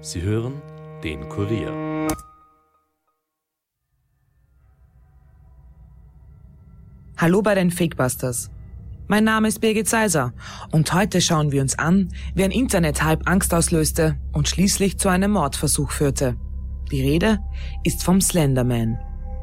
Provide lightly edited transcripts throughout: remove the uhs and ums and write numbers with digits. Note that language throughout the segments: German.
Sie hören den Kurier. Hallo bei den Fakebusters. Mein Name ist Birgit Seiser und heute schauen wir uns an, wie ein Internet-Hype Angst auslöste und schließlich zu einem Mordversuch führte. Die Rede ist vom Slender Man.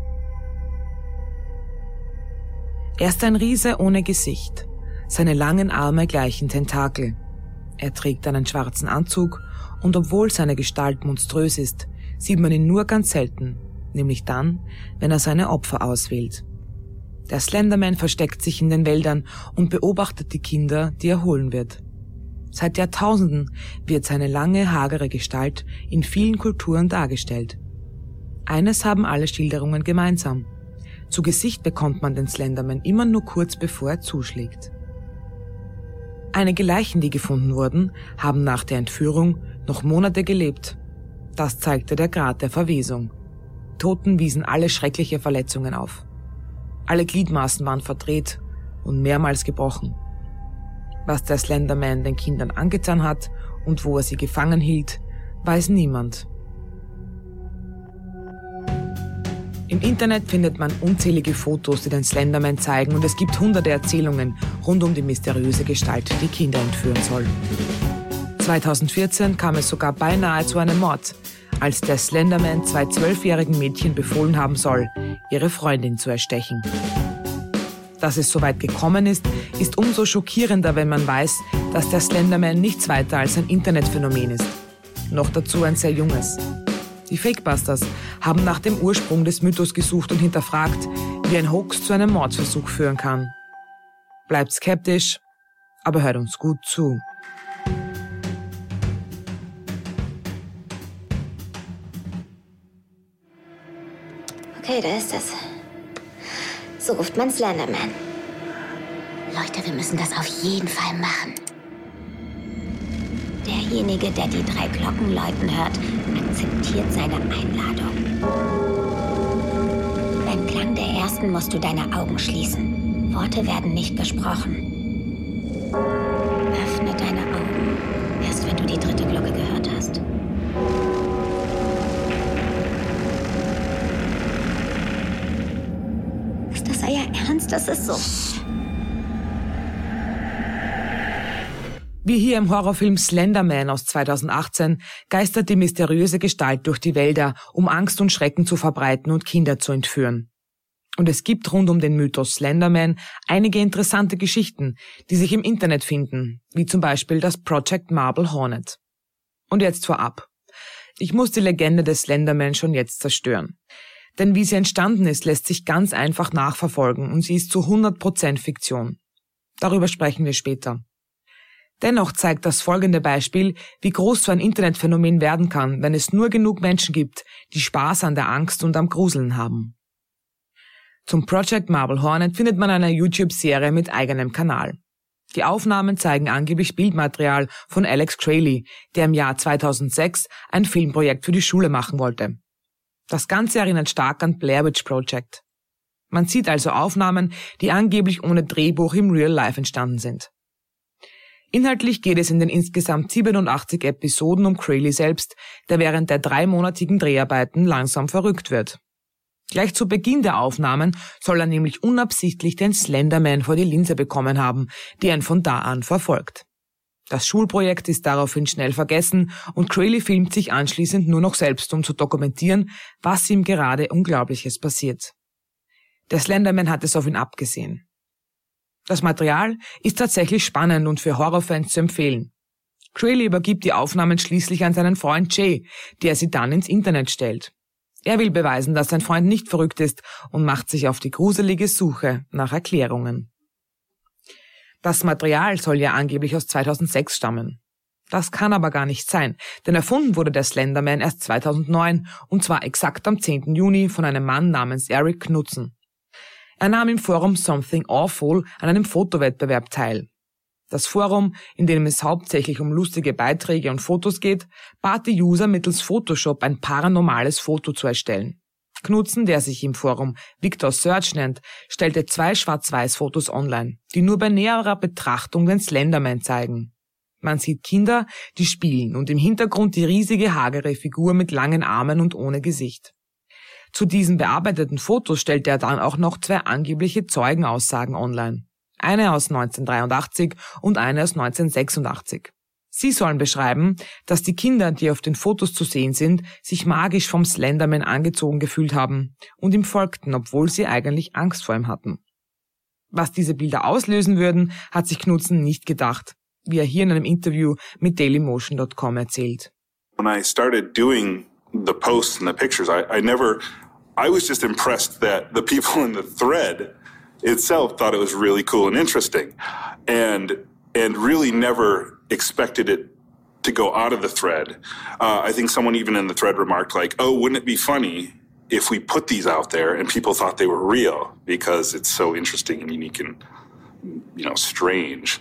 Er ist ein Riese ohne Gesicht. Seine langen Arme gleichen Tentakel. Er trägt einen schwarzen Anzug und obwohl seine Gestalt monströs ist, sieht man ihn nur ganz selten, nämlich dann, wenn er seine Opfer auswählt. Der Slenderman versteckt sich in den Wäldern und beobachtet die Kinder, die er holen wird. Seit Jahrtausenden wird seine lange, hagere Gestalt in vielen Kulturen dargestellt. Eines haben alle Schilderungen gemeinsam. Zu Gesicht bekommt man den Slenderman immer nur kurz bevor er zuschlägt. Einige Leichen, die gefunden wurden, haben nach der Entführung noch Monate gelebt. Das zeigte der Grad der Verwesung. Toten wiesen alle schreckliche Verletzungen auf. Alle Gliedmaßen waren verdreht und mehrmals gebrochen. Was der Slenderman den Kindern angetan hat und wo er sie gefangen hielt, weiß niemand. Im Internet findet man unzählige Fotos, die den Slenderman zeigen, und es gibt hunderte Erzählungen rund um die mysteriöse Gestalt, die Kinder entführen soll. 2014 kam es sogar beinahe zu einem Mord, als der Slenderman 2 12-jährigen Mädchen befohlen haben soll, ihre Freundin zu erstechen. Dass es so weit gekommen ist umso schockierender, wenn man weiß, dass der Slenderman nichts weiter als ein Internetphänomen ist. Noch dazu ein sehr junges. Die Fakebusters haben nach dem Ursprung des Mythos gesucht und hinterfragt, wie ein Hoax zu einem Mordversuch führen kann. Bleibt skeptisch, aber hört uns gut zu. Okay, da ist es. So ruft man Slenderman. Leute, wir müssen das auf jeden Fall machen. Derjenige, der die 3 Glocken läuten hört, akzeptiert seine Einladung. Beim Klang der ersten musst du deine Augen schließen. Worte werden nicht gesprochen. Öffne deine Augen, erst wenn du die 3. Glocke gehört hast. Ist das euer Ernst? Das ist so... Wie hier im Horrorfilm Slenderman aus 2018 geistert die mysteriöse Gestalt durch die Wälder, um Angst und Schrecken zu verbreiten und Kinder zu entführen. Und es gibt rund um den Mythos Slenderman einige interessante Geschichten, die sich im Internet finden, wie zum Beispiel das Project Marble Hornet. Und jetzt vorab. Ich muss die Legende des Slenderman schon jetzt zerstören. Denn wie sie entstanden ist, lässt sich ganz einfach nachverfolgen und sie ist zu 100% Fiktion. Darüber sprechen wir später. Dennoch zeigt das folgende Beispiel, wie groß so ein Internetphänomen werden kann, wenn es nur genug Menschen gibt, die Spaß an der Angst und am Gruseln haben. Zum Project Marble Hornet findet man eine YouTube-Serie mit eigenem Kanal. Die Aufnahmen zeigen angeblich Bildmaterial von Alex Crayley, der im Jahr 2006 ein Filmprojekt für die Schule machen wollte. Das Ganze erinnert stark an Blair Witch Project. Man sieht also Aufnahmen, die angeblich ohne Drehbuch im Real Life entstanden sind. Inhaltlich geht es in den insgesamt 87 Episoden um Crayley selbst, der während der 3-monatigen Dreharbeiten langsam verrückt wird. Gleich zu Beginn der Aufnahmen soll er nämlich unabsichtlich den Slenderman vor die Linse bekommen haben, der ihn von da an verfolgt. Das Schulprojekt ist daraufhin schnell vergessen und Crayley filmt sich anschließend nur noch selbst, um zu dokumentieren, was ihm gerade Unglaubliches passiert. Der Slenderman hat es auf ihn abgesehen. Das Material ist tatsächlich spannend und für Horrorfans zu empfehlen. Crayley übergibt die Aufnahmen schließlich an seinen Freund Jay, der sie dann ins Internet stellt. Er will beweisen, dass sein Freund nicht verrückt ist und macht sich auf die gruselige Suche nach Erklärungen. Das Material soll ja angeblich aus 2006 stammen. Das kann aber gar nicht sein, denn erfunden wurde der Slenderman erst 2009 und zwar exakt am 10. Juni von einem Mann namens Eric Knudsen. Er nahm im Forum Something Awful an einem Fotowettbewerb teil. Das Forum, in dem es hauptsächlich um lustige Beiträge und Fotos geht, bat die User mittels Photoshop ein paranormales Foto zu erstellen. Knudsen, der sich im Forum Victor Search nennt, stellte 2 Schwarz-Weiß-Fotos online, die nur bei näherer Betrachtung den Slenderman zeigen. Man sieht Kinder, die spielen und im Hintergrund die riesige, hagere Figur mit langen Armen und ohne Gesicht. Zu diesen bearbeiteten Fotos stellte er dann auch noch 2 angebliche Zeugenaussagen online. Eine aus 1983 und eine aus 1986. Sie sollen beschreiben, dass die Kinder, die auf den Fotos zu sehen sind, sich magisch vom Slenderman angezogen gefühlt haben und ihm folgten, obwohl sie eigentlich Angst vor ihm hatten. Was diese Bilder auslösen würden, hat sich Knudsen nicht gedacht, wie er hier in einem Interview mit Dailymotion.com erzählt. When I started doing the posts and the pictures, I was just impressed that the people in the thread itself thought it was really cool and interesting, and really never expected it to go out of the thread. I think someone even in the thread remarked like, "Oh, wouldn't it be funny if we put these out there and people thought they were real because it's so interesting and unique and, you know, strange."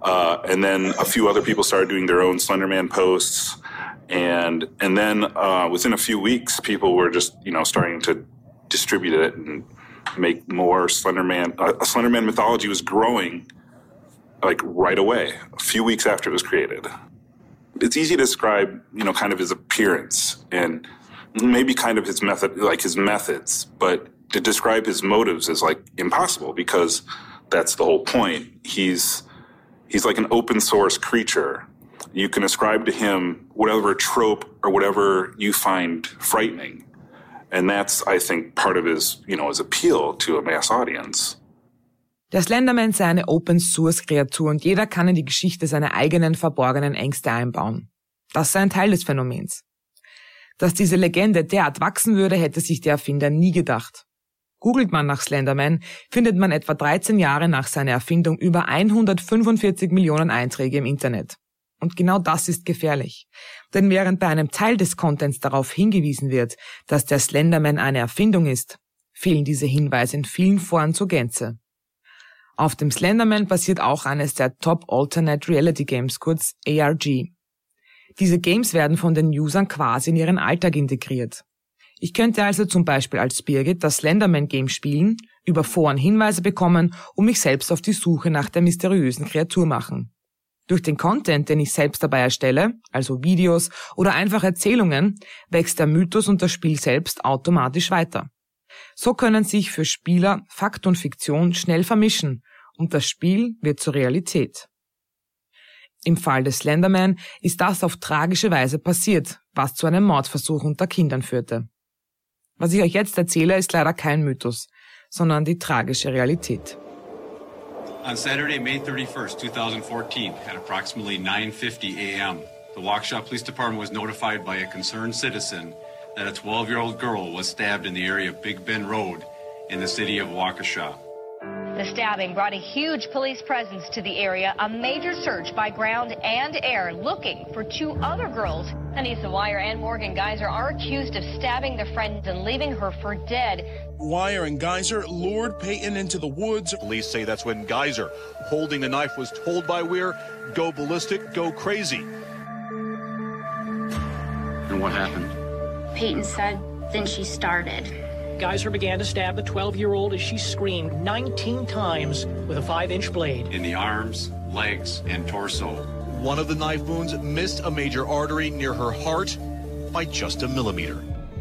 And then a few other people started doing their own Slenderman posts. And then within a few weeks, people were just, you know, starting to distribute it and make more Slenderman. A Slenderman mythology was growing like right away, a few weeks after it was created. It's easy to describe, you know, kind of his appearance and maybe kind of his method, like his methods, but to describe his motives is like impossible because that's the whole point. He's like an open source creature. You can ascribe to him whatever trope or whatever you find frightening. And that's, I think, part of his, you know, his appeal to a mass audience. Der Slenderman sei eine Open-Source-Kreatur und jeder kann in die Geschichte seine eigenen verborgenen Ängste einbauen. Das sei ein Teil des Phänomens. Dass diese Legende derart wachsen würde, hätte sich der Erfinder nie gedacht. Googelt man nach Slenderman, findet man etwa 13 Jahre nach seiner Erfindung über 145 Millionen Einträge im Internet. Und genau das ist gefährlich. Denn während bei einem Teil des Contents darauf hingewiesen wird, dass der Slenderman eine Erfindung ist, fehlen diese Hinweise in vielen Foren zur Gänze. Auf dem Slenderman basiert auch eines der Top Alternate Reality Games, kurz ARG. Diese Games werden von den Usern quasi in ihren Alltag integriert. Ich könnte also zum Beispiel als Birgit das Slenderman-Game spielen, über Foren Hinweise bekommen und mich selbst auf die Suche nach der mysteriösen Kreatur machen. Durch den Content, den ich selbst dabei erstelle, also Videos oder einfach Erzählungen, wächst der Mythos und das Spiel selbst automatisch weiter. So können sich für Spieler Fakt und Fiktion schnell vermischen und das Spiel wird zur Realität. Im Fall des Slenderman ist das auf tragische Weise passiert, was zu einem Mordversuch unter Kindern führte. Was ich euch jetzt erzähle, ist leider kein Mythos, sondern die tragische Realität. On Saturday, May 31st, 2014, at approximately 9:50 a.m., the Waukesha Police Department was notified by a concerned citizen that a 12-year-old girl was stabbed in the area of Big Bend Road in the city of Waukesha. The stabbing brought a huge police presence to the area, a major search by ground and air looking for 2 other girls. Anissa Wire and Morgan Geyser are accused of stabbing their friend and leaving her for dead. Wire and Geyser lured Peyton into the woods. Police say that's when Geyser, holding the knife, was told by Weir, "Go ballistic, go crazy." And what happened? Peyton said, then she started. Geyser began to stab the 12-year-old as she screamed 19 times with a 5-inch blade. In the arms, legs, and torso. One of the knife wounds missed a major artery near her heart by just a millimeter.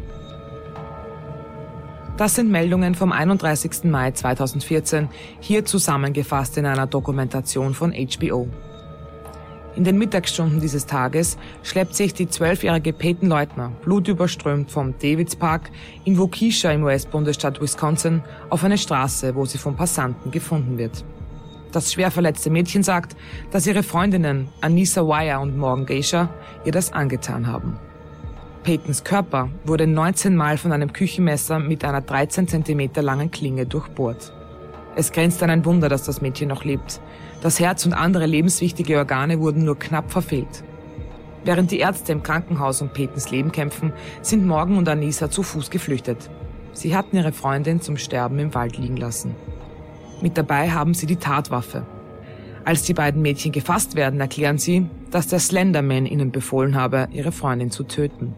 Das sind Meldungen vom 31. Mai 2014, hier zusammengefasst in einer Dokumentation von HBO. In den Mittagsstunden dieses Tages schleppt sich die 12-jährige Peyton Leutner blutüberströmt vom Davids Park in Waukesha im US-Bundesstaat Wisconsin auf eine Straße, wo sie von Passanten gefunden wird. Das schwer verletzte Mädchen sagt, dass ihre Freundinnen Anissa Wire und Morgan Geyser ihr das angetan haben. Peytons Körper wurde 19 Mal von einem Küchenmesser mit einer 13 cm langen Klinge durchbohrt. Es grenzt an ein Wunder, dass das Mädchen noch lebt. Das Herz und andere lebenswichtige Organe wurden nur knapp verfehlt. Während die Ärzte im Krankenhaus um Peytons Leben kämpfen, sind Morgan und Anissa zu Fuß geflüchtet. Sie hatten ihre Freundin zum Sterben im Wald liegen lassen. Mit dabei haben sie die Tatwaffe. Als die beiden Mädchen gefasst werden, erklären sie, dass der Slenderman ihnen befohlen habe, ihre Freundin zu töten.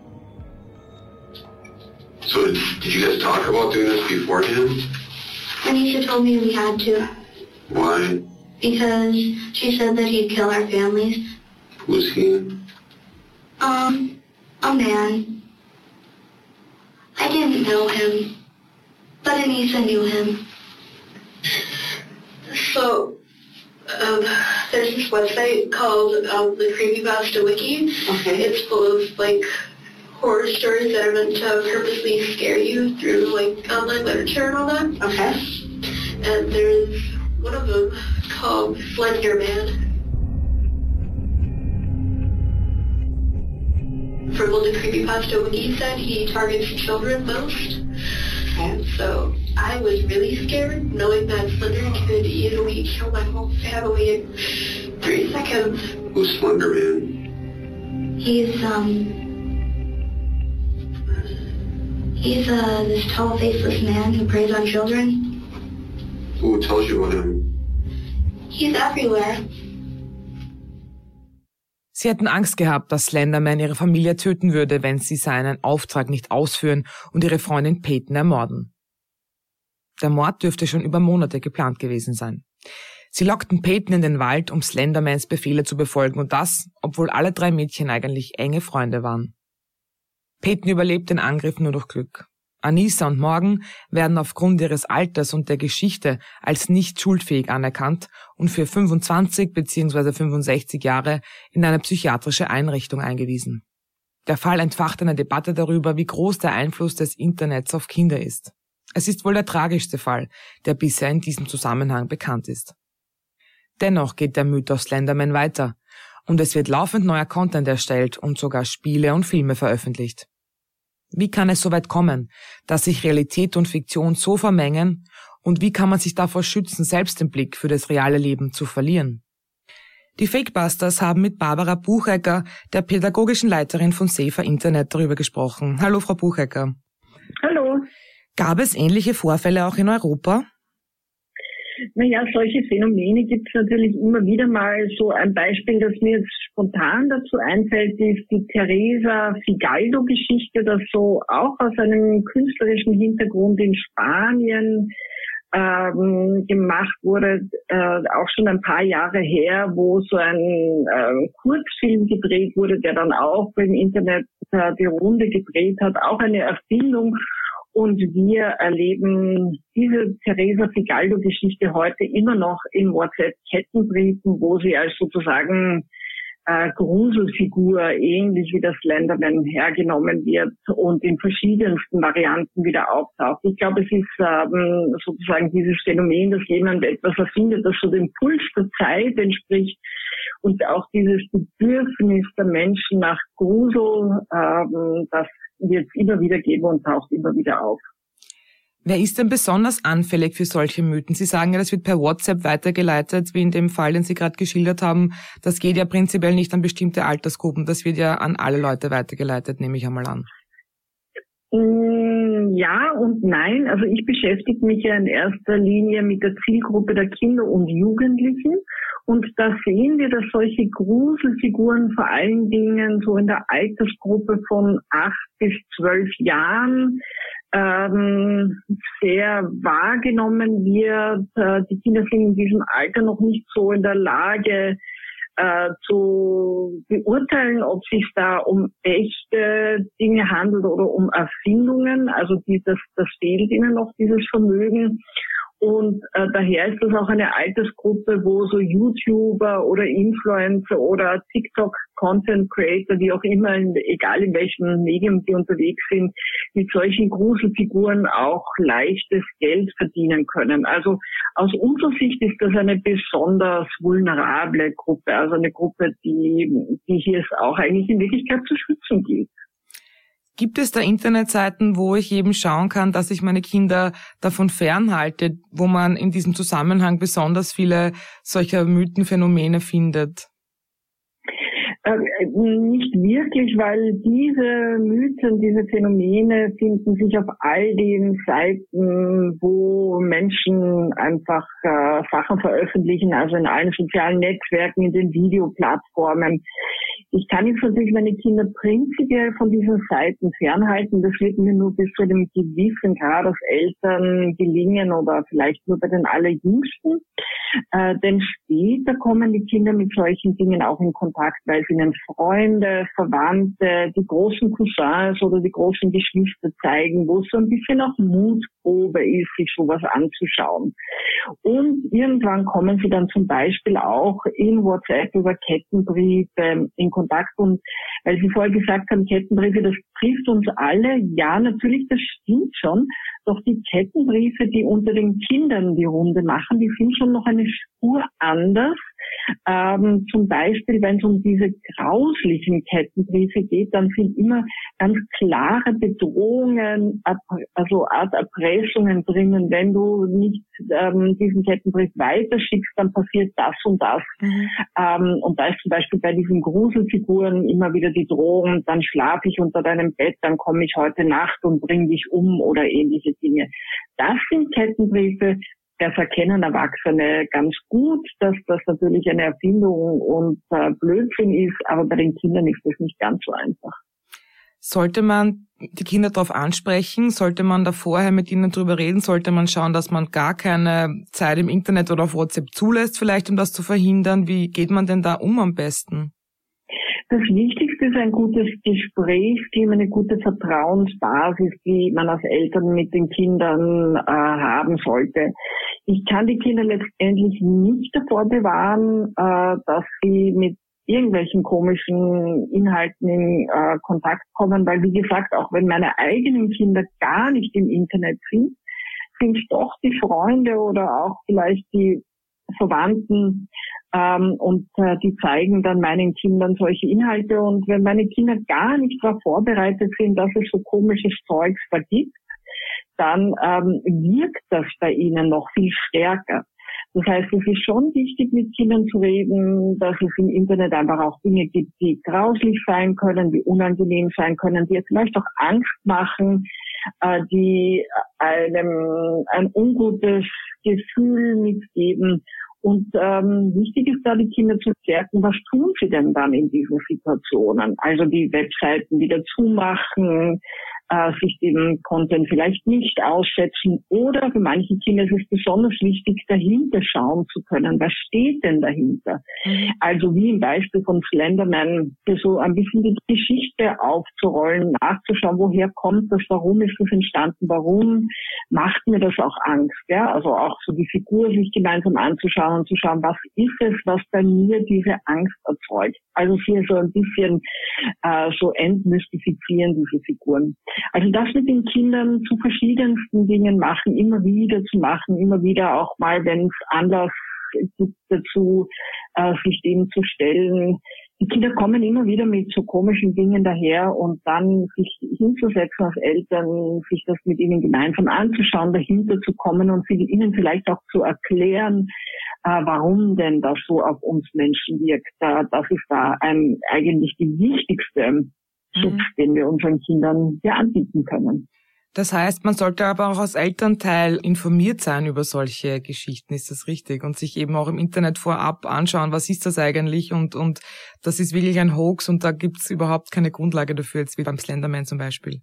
So, did you guys talk about doing this beforehand? Anisha told me we had to. Why? because she said that he'd kill our families. Who's he? A man. I didn't know him, but Anissa knew him. So, there's this website called the Creepypasta Wiki. Okay. It's full of, like, horror stories that are meant to purposely scare you through, like, online literature and all that. Okay. And there's one of them called Slender Man. For what the Creepypasta Wiki said, he targets children most. And so I was really scared, knowing that Slender could easily kill my whole family in 3 seconds. Who's Slender Man? He's this tall, faceless man who preys on children. Who tells you about him? He's everywhere. Sie hätten Angst gehabt, dass Slenderman ihre Familie töten würde, wenn sie seinen Auftrag nicht ausführen und ihre Freundin Peyton ermorden. Der Mord dürfte schon über Monate geplant gewesen sein. Sie lockten Peyton in den Wald, um Slendermans Befehle zu befolgen, und das, obwohl alle 3 Mädchen eigentlich enge Freunde waren. Peyton überlebt den Angriff nur durch Glück. Anissa und Morgan werden aufgrund ihres Alters und der Geschichte als nicht schuldfähig anerkannt und für 25 bzw. 65 Jahre in eine psychiatrische Einrichtung eingewiesen. Der Fall entfacht eine Debatte darüber, wie groß der Einfluss des Internets auf Kinder ist. Es ist wohl der tragischste Fall, der bisher in diesem Zusammenhang bekannt ist. Dennoch geht der Mythos Slenderman weiter und es wird laufend neuer Content erstellt und sogar Spiele und Filme veröffentlicht. Wie kann es so weit kommen, dass sich Realität und Fiktion so vermengen, und wie kann man sich davor schützen, selbst den Blick für das reale Leben zu verlieren? Die Fakebusters haben mit Barbara Buchecker, der pädagogischen Leiterin von Safer Internet, darüber gesprochen. Hallo, Frau Buchecker. Hallo. Gab es ähnliche Vorfälle auch in Europa? Naja, solche Phänomene gibt es natürlich immer wieder mal. So ein Beispiel, das mir jetzt spontan dazu einfällt, ist die Teresa Figaldo-Geschichte, das so auch aus einem künstlerischen Hintergrund in Spanien gemacht wurde, auch schon ein paar Jahre her, wo so ein Kurzfilm gedreht wurde, der dann auch im Internet die Runde gedreht hat, auch eine Erfindung. Und wir erleben diese Teresa Figaldo-Geschichte heute immer noch in WhatsApp-Kettenbriefen, wo sie als sozusagen Gruselfigur, ähnlich wie das Slenderman, hergenommen wird und in verschiedensten Varianten wieder auftaucht. Ich glaube, es ist sozusagen dieses Phänomen, dass jemand etwas erfindet, das so dem Puls der Zeit entspricht, und auch dieses Bedürfnis der Menschen nach Grusel, das wird es immer wieder geben und taucht immer wieder auf. Wer ist denn besonders anfällig für solche Mythen? Sie sagen ja, das wird per WhatsApp weitergeleitet, wie in dem Fall, den Sie gerade geschildert haben. Das geht ja prinzipiell nicht an bestimmte Altersgruppen. Das wird ja an alle Leute weitergeleitet, nehme ich einmal an. Ja und nein. Also ich beschäftige mich ja in erster Linie mit der Zielgruppe der Kinder und Jugendlichen. Und da sehen wir, dass solche Gruselfiguren vor allen Dingen so in der Altersgruppe von 8 bis 12 Jahren sehr wahrgenommen wird. Die Kinder sind in diesem Alter noch nicht so in der Lage zu beurteilen, ob es sich da um echte Dinge handelt oder um Erfindungen. Also das fehlt ihnen noch, dieses Vermögen. Und daher ist das auch eine Altersgruppe, wo so YouTuber oder Influencer oder TikTok-Content-Creator, wie auch immer, egal in welchem Medium die unterwegs sind, mit solchen Gruselfiguren auch leichtes Geld verdienen können. Also aus unserer Sicht ist das eine besonders vulnerable Gruppe, also eine Gruppe, die hier es auch eigentlich in Wirklichkeit zu schützen gilt. Gibt es da Internetseiten, wo ich eben schauen kann, dass ich meine Kinder davon fernhalte, wo man in diesem Zusammenhang besonders viele solcher Mythenphänomene findet? Nicht wirklich, weil diese Mythen, diese Phänomene finden sich auf all den Seiten, wo Menschen einfach Sachen veröffentlichen, also in allen sozialen Netzwerken, in den Videoplattformen. Ich kann jetzt natürlich meine Kinder prinzipiell von diesen Seiten fernhalten. Das wird mir nur bis zu einem gewissen Grad als Eltern gelingen oder vielleicht nur bei den Allerjüngsten. Denn später kommen die Kinder mit solchen Dingen auch in Kontakt, weil es ihnen Freunde, Verwandte, die großen Cousins oder die großen Geschwister zeigen, wo es so ein bisschen auch Mutprobe ist, sich sowas anzuschauen. Und irgendwann kommen sie dann zum Beispiel auch in WhatsApp über Kettenbriefe in Kontakt. Und weil Sie vorher gesagt haben, Kettenbriefe, das trifft uns alle. Ja, natürlich, das stimmt schon. Doch die Kettenbriefe, die unter den Kindern die Runde machen, die sind schon noch eine Spur anders. Zum Beispiel, wenn es um diese grauslichen Kettenbriefe geht, dann sind immer ganz klare Bedrohungen, also Art Erpressungen drinnen. Wenn du nicht diesen Kettenbrief weiterschickst, dann passiert das und das. Und da ist zum Beispiel bei diesen Gruselfiguren immer wieder die Drohung, dann schlafe ich unter deinem Bett, dann komme ich heute Nacht und bring dich um oder ähnliche Dinge. Das sind Kettenbriefe. Das erkennen Erwachsene ganz gut, dass das natürlich eine Erfindung und Blödsinn ist, aber bei den Kindern ist das nicht ganz so einfach. Sollte man die Kinder darauf ansprechen? Sollte man da vorher mit ihnen drüber reden? Sollte man schauen, dass man gar keine Zeit im Internet oder auf WhatsApp zulässt, vielleicht um das zu verhindern? Wie geht man denn da am besten? Das Wichtigste ist ein gutes Gesprächsklima, eine gute Vertrauensbasis, die man als Eltern mit den Kindern haben sollte. Ich kann die Kinder letztendlich nicht davor bewahren, dass sie mit irgendwelchen komischen Inhalten in Kontakt kommen, weil, wie gesagt, auch wenn meine eigenen Kinder gar nicht im Internet sind doch die Freunde oder auch vielleicht die Verwandten und die zeigen dann meinen Kindern solche Inhalte. Und wenn meine Kinder gar nicht darauf vorbereitet sind, dass es so komisches Zeugs da gibt, dann wirkt das bei ihnen noch viel stärker. Das heißt, es ist schon wichtig, mit Kindern zu reden, dass es im Internet einfach auch Dinge gibt, die grauslich sein können, die unangenehm sein können, die vielleicht auch Angst machen, die einem ein ungutes Gefühl mitgeben. Und wichtig ist da, die Kinder zu stärken, was tun sie denn dann in diesen Situationen? Also die Webseiten wieder zumachen, sich dem Content vielleicht nicht aussetzen. Oder für manche Kinder ist es besonders wichtig, dahinter schauen zu können. Was steht denn dahinter? Also wie im Beispiel von Slenderman, so ein bisschen die Geschichte aufzurollen, nachzuschauen, woher kommt das, warum ist das entstanden, warum macht mir das auch Angst? Ja, also auch so die Figur sich gemeinsam anzuschauen und zu schauen, was ist es, was bei mir diese Angst erzeugt. Also hier so ein bisschen so entmystifizieren diese Figuren. Also das mit den Kindern zu verschiedensten Dingen machen, immer wieder zu machen, immer wieder auch mal, wenn es Anlass gibt dazu, sich dem zu stellen. Die Kinder kommen immer wieder mit so komischen Dingen daher und dann sich hinzusetzen als Eltern, sich das mit ihnen gemeinsam anzuschauen, dahinter zu kommen und ihnen vielleicht auch zu erklären, warum denn das so auf uns Menschen wirkt. Das ist da eigentlich die wichtigste Schutz, den wir unseren Kindern hier anbieten können. Das heißt, man sollte aber auch als Elternteil informiert sein über solche Geschichten, ist das richtig? Und sich eben auch im Internet vorab anschauen, was ist das eigentlich? Und das ist wirklich ein Hoax und da gibt's überhaupt keine Grundlage dafür, jetzt wie beim Slenderman zum Beispiel.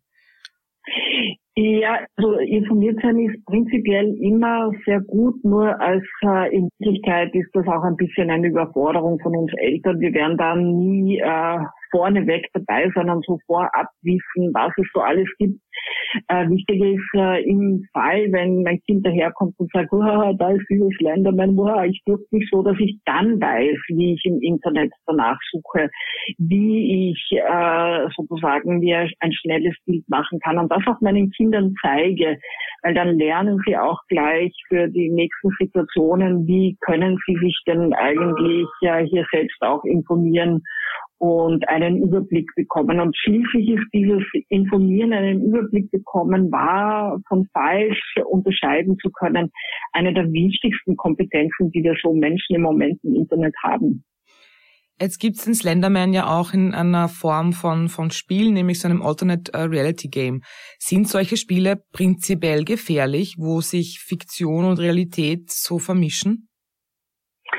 Ja, also informiert sein ist prinzipiell immer sehr gut, nur als in Wirklichkeit ist das auch ein bisschen eine Überforderung von uns Eltern. Wir werden da nie vorneweg dabei sein und so vorab wissen, was es so alles gibt. Wichtig ist im Fall, wenn mein Kind daherkommt und sagt, da ist dieses Slenderman, ich drücke mich so, dass ich dann weiß, wie ich im Internet danach suche, wie ich sozusagen mir ein schnelles Bild machen kann und das auch meinen Kindern zeige, weil dann lernen sie auch gleich für die nächsten Situationen, wie können sie sich denn eigentlich hier selbst auch informieren und einen Überblick bekommen. Und schließlich ist dieses Informieren, einen Überblick bekommen, wahr von falsch unterscheiden zu können, eine der wichtigsten Kompetenzen, die wir so Menschen im Moment im Internet haben. Jetzt gibt's den Slenderman ja auch in einer Form von Spiel, nämlich so einem Alternate Reality Game. Sind solche Spiele prinzipiell gefährlich, wo sich Fiktion und Realität so vermischen?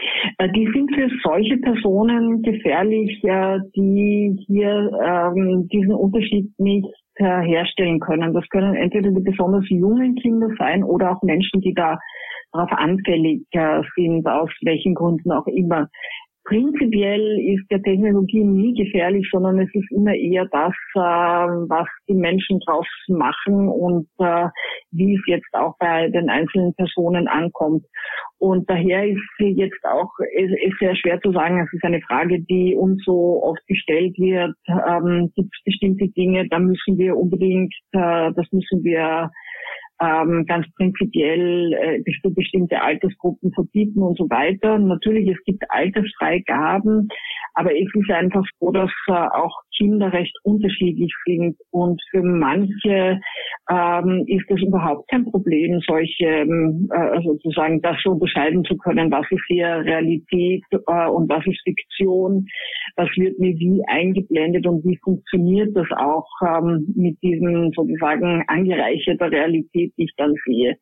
Die sind für solche Personen gefährlich, die hier diesen Unterschied nicht herstellen können. Das können entweder die besonders jungen Kinder sein oder auch Menschen, die da darauf anfällig sind, aus welchen Gründen auch immer. Prinzipiell ist der Technologie nie gefährlich, sondern es ist immer eher das, was die Menschen draus machen und wie es jetzt auch bei den einzelnen Personen ankommt. Und daher ist jetzt auch ist sehr schwer zu sagen, es ist eine Frage, die uns so oft gestellt wird. Gibt es bestimmte Dinge, da müssen wir unbedingt, das müssen wir ganz prinzipiell für bestimmte Altersgruppen verbieten und so weiter. Natürlich, es gibt Altersfreigaben, aber es ist einfach so, dass auch Kinder recht unterschiedlich sind und für manche ist es überhaupt kein Problem, solche sozusagen das so unterscheiden zu können, was ist hier Realität und was ist Fiktion, was wird mir wie eingeblendet und wie funktioniert das auch mit diesem sozusagen angereicherter Realität, die ich dann sehe.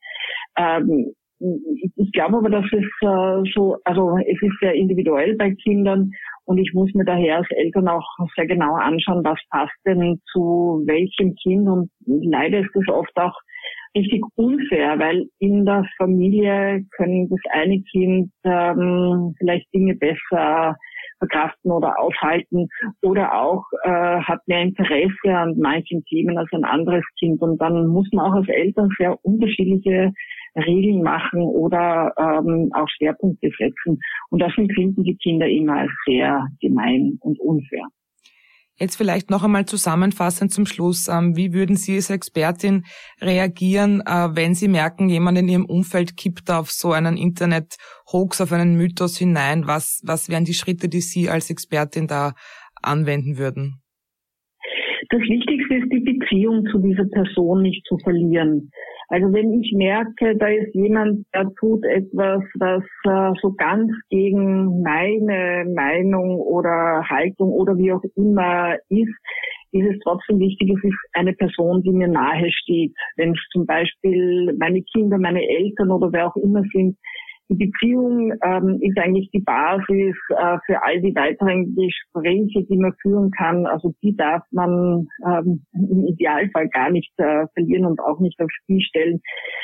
Ich glaube aber, dass es es ist sehr individuell bei Kindern und ich muss mir daher als Eltern auch sehr genau anschauen, was passt denn zu welchem Kind und leider ist das oft auch richtig unfair, weil in der Familie können das eine Kind vielleicht Dinge besser verkraften oder aushalten oder auch hat mehr Interesse an manchen Themen als ein anderes Kind und dann muss man auch als Eltern sehr unterschiedliche Regeln machen oder auch Schwerpunkte setzen und das empfinden die Kinder immer als sehr gemein und unfair. Jetzt vielleicht noch einmal zusammenfassend zum Schluss. Wie würden Sie als Expertin reagieren, wenn Sie merken, jemand in Ihrem Umfeld kippt auf so einen Internet-Hoax, auf einen Mythos hinein? Was wären die Schritte, die Sie als Expertin da anwenden würden? Das Wichtigste ist, die Beziehung zu dieser Person nicht zu verlieren. Also wenn ich merke, da ist jemand, der tut etwas, das so ganz gegen meine Meinung oder Haltung oder wie auch immer ist es trotzdem wichtig, es ist eine Person, die mir nahe steht. Wenn es zum Beispiel meine Kinder, meine Eltern oder wer auch immer sind, die Beziehung ist eigentlich die Basis für all die weiteren Gespräche, die man führen kann. Also die darf man im Idealfall gar nicht verlieren und auch nicht aufs Spiel stellen.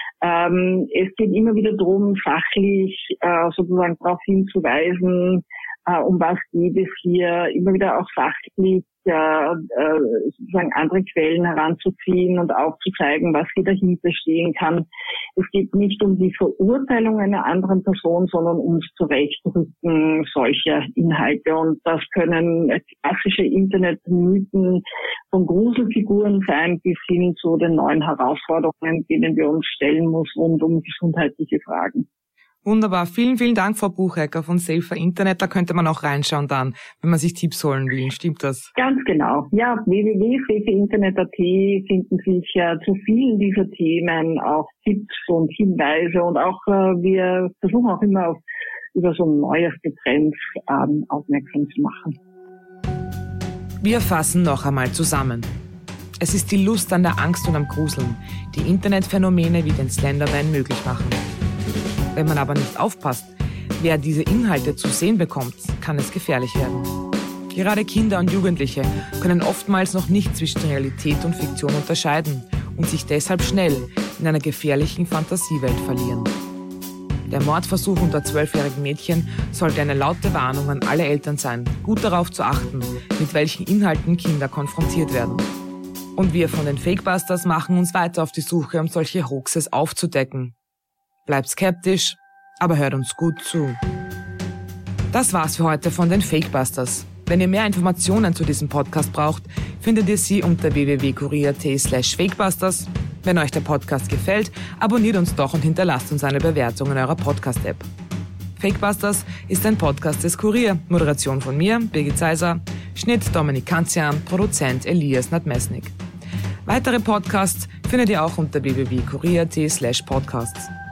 Es geht immer wieder darum, sachlich sozusagen darauf hinzuweisen, um was geht es hier, immer wieder auch sachlich sozusagen andere Quellen heranzuziehen und aufzuzeigen, was hier dahinter stehen kann. Es geht nicht um die Verurteilung einer anderen Person, sondern ums Zurechtrücken solcher Inhalte. Und das können klassische Internetmythen von Gruselfiguren sein, bis hin zu den neuen Herausforderungen, denen wir uns stellen müssen rund um gesundheitliche Fragen. Wunderbar. Vielen, vielen Dank, Frau Buchecker von Safer Internet. Da könnte man auch reinschauen dann, wenn man sich Tipps holen will. Stimmt das? Ganz genau. Ja, www.saferinternet.at finden sich zu vielen dieser Themen auch Tipps und Hinweise und auch wir versuchen auch immer über so neueste Trends aufmerksam zu machen. Wir fassen noch einmal zusammen. Es ist die Lust an der Angst und am Gruseln, die Internetphänomene wie den Slenderman möglich machen. Wenn man aber nicht aufpasst, wer diese Inhalte zu sehen bekommt, kann es gefährlich werden. Gerade Kinder und Jugendliche können oftmals noch nicht zwischen Realität und Fiktion unterscheiden und sich deshalb schnell in einer gefährlichen Fantasiewelt verlieren. Der Mordversuch unter 12-jährigen Mädchen sollte eine laute Warnung an alle Eltern sein, gut darauf zu achten, mit welchen Inhalten Kinder konfrontiert werden. Und wir von den Fakebusters machen uns weiter auf die Suche, um solche Hoaxes aufzudecken. Bleibt skeptisch, aber hört uns gut zu. Das war's für heute von den Fakebusters. Wenn ihr mehr Informationen zu diesem Podcast braucht, findet ihr sie unter www.kurier.at/fakebusters. Wenn euch der Podcast gefällt, abonniert uns doch und hinterlasst uns eine Bewertung in eurer Podcast-App. Fakebusters ist ein Podcast des Kurier. Moderation von mir, Birgit Seiser, Schnitt Dominik Kanzian, Produzent Elias Nadmesnik. Weitere Podcasts findet ihr auch unter www.kurier.at/podcasts.